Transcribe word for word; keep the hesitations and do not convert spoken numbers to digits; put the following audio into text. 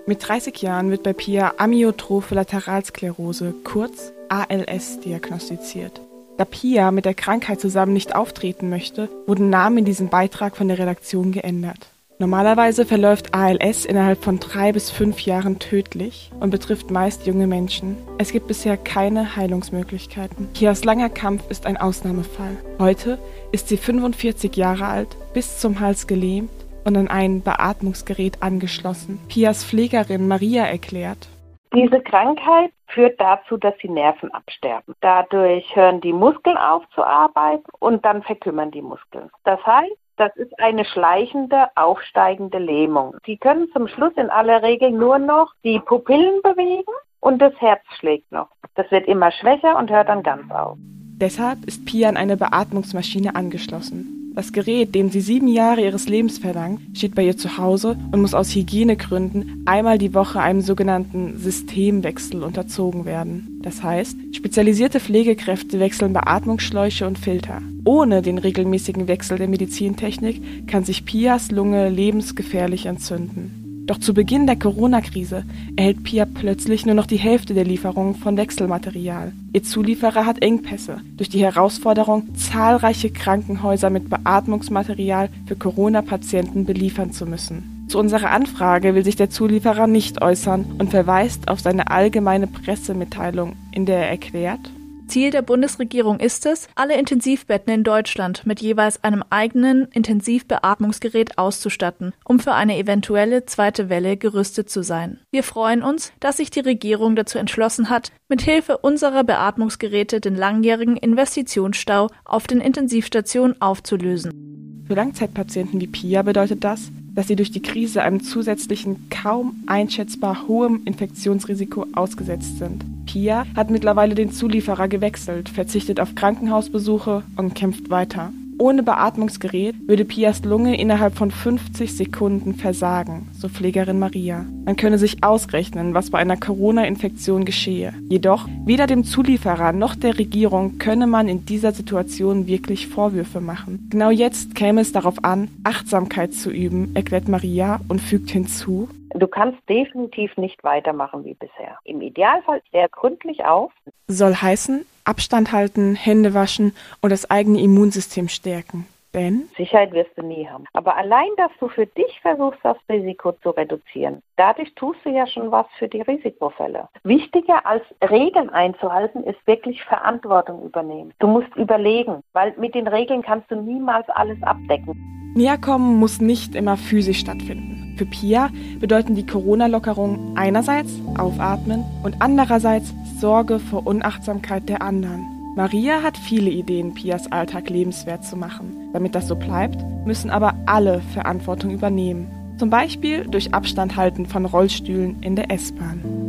Mit dreißig Jahren wird bei Pia Amyotrophe Lateralsklerose, kurz A L S, diagnostiziert. Da Pia mit der Krankheit zusammen nicht auftreten möchte, wurden Namen in diesem Beitrag von der Redaktion geändert. Normalerweise verläuft A L S innerhalb von drei bis fünf Jahren tödlich und betrifft meist junge Menschen. Es gibt bisher keine Heilungsmöglichkeiten. Pias langer Kampf ist ein Ausnahmefall. Heute ist sie fünfundvierzig Jahre alt, bis zum Hals gelähmt und an ein Beatmungsgerät angeschlossen. Pias Pflegerin Maria erklärt: Diese Krankheit führt dazu, dass die Nerven absterben. Dadurch hören die Muskeln auf zu arbeiten und dann verkümmern die Muskeln. Das heißt, das ist eine schleichende, aufsteigende Lähmung. Sie können zum Schluss in aller Regel nur noch die Pupillen bewegen und das Herz schlägt noch. Das wird immer schwächer und hört dann ganz auf. Deshalb ist Pia an eine Beatmungsmaschine angeschlossen. Das Gerät, dem sie sieben Jahre ihres Lebens verdankt, steht bei ihr zu Hause und muss aus Hygienegründen einmal die Woche einem sogenannten Systemwechsel unterzogen werden. Das heißt, spezialisierte Pflegekräfte wechseln Beatmungsschläuche und Filter. Ohne den regelmäßigen Wechsel der Medizintechnik kann sich Pias Lunge lebensgefährlich entzünden. Doch zu Beginn der Corona-Krise erhält Pia plötzlich nur noch die Hälfte der Lieferungen von Wechselmaterial. Ihr Zulieferer hat Engpässe durch die Herausforderung, zahlreiche Krankenhäuser mit Beatmungsmaterial für Corona-Patienten beliefern zu müssen. Zu unserer Anfrage will sich der Zulieferer nicht äußern und verweist auf seine allgemeine Pressemitteilung, in der er erklärt: Ziel der Bundesregierung ist es, alle Intensivbetten in Deutschland mit jeweils einem eigenen Intensivbeatmungsgerät auszustatten, um für eine eventuelle zweite Welle gerüstet zu sein. Wir freuen uns, dass sich die Regierung dazu entschlossen hat, mit Hilfe unserer Beatmungsgeräte den langjährigen Investitionsstau auf den Intensivstationen aufzulösen. Für Langzeitpatienten wie Pia bedeutet das, dass sie durch die Krise einem zusätzlichen, kaum einschätzbar hohem Infektionsrisiko ausgesetzt sind. Pia hat mittlerweile den Zulieferer gewechselt, verzichtet auf Krankenhausbesuche und kämpft weiter. Ohne Beatmungsgerät würde Pias Lunge innerhalb von fünfzig Sekunden versagen, so Pflegerin Maria. Man könne sich ausrechnen, was bei einer Corona-Infektion geschehe. Jedoch weder dem Zulieferer noch der Regierung könne man in dieser Situation wirklich Vorwürfe machen. Genau jetzt käme es darauf an, Achtsamkeit zu üben, erklärt Maria und fügt hinzu: Du kannst definitiv nicht weitermachen wie bisher. Im Idealfall sehr gründlich auf. Soll heißen, Abstand halten, Hände waschen und das eigene Immunsystem stärken. Denn Sicherheit wirst du nie haben. Aber allein, dass du für dich versuchst, das Risiko zu reduzieren, dadurch tust du ja schon was für die Risikofälle. Wichtiger als Regeln einzuhalten, ist wirklich Verantwortung übernehmen. Du musst überlegen, weil mit den Regeln kannst du niemals alles abdecken. Näherkommen muss nicht immer physisch stattfinden. Für Pia bedeuten die Corona-Lockerungen einerseits Aufatmen und andererseits Sorge vor Unachtsamkeit der anderen. Maria hat viele Ideen, Pias Alltag lebenswert zu machen. Damit das so bleibt, müssen aber alle Verantwortung übernehmen. Zum Beispiel durch Abstand halten von Rollstühlen in der S-Bahn.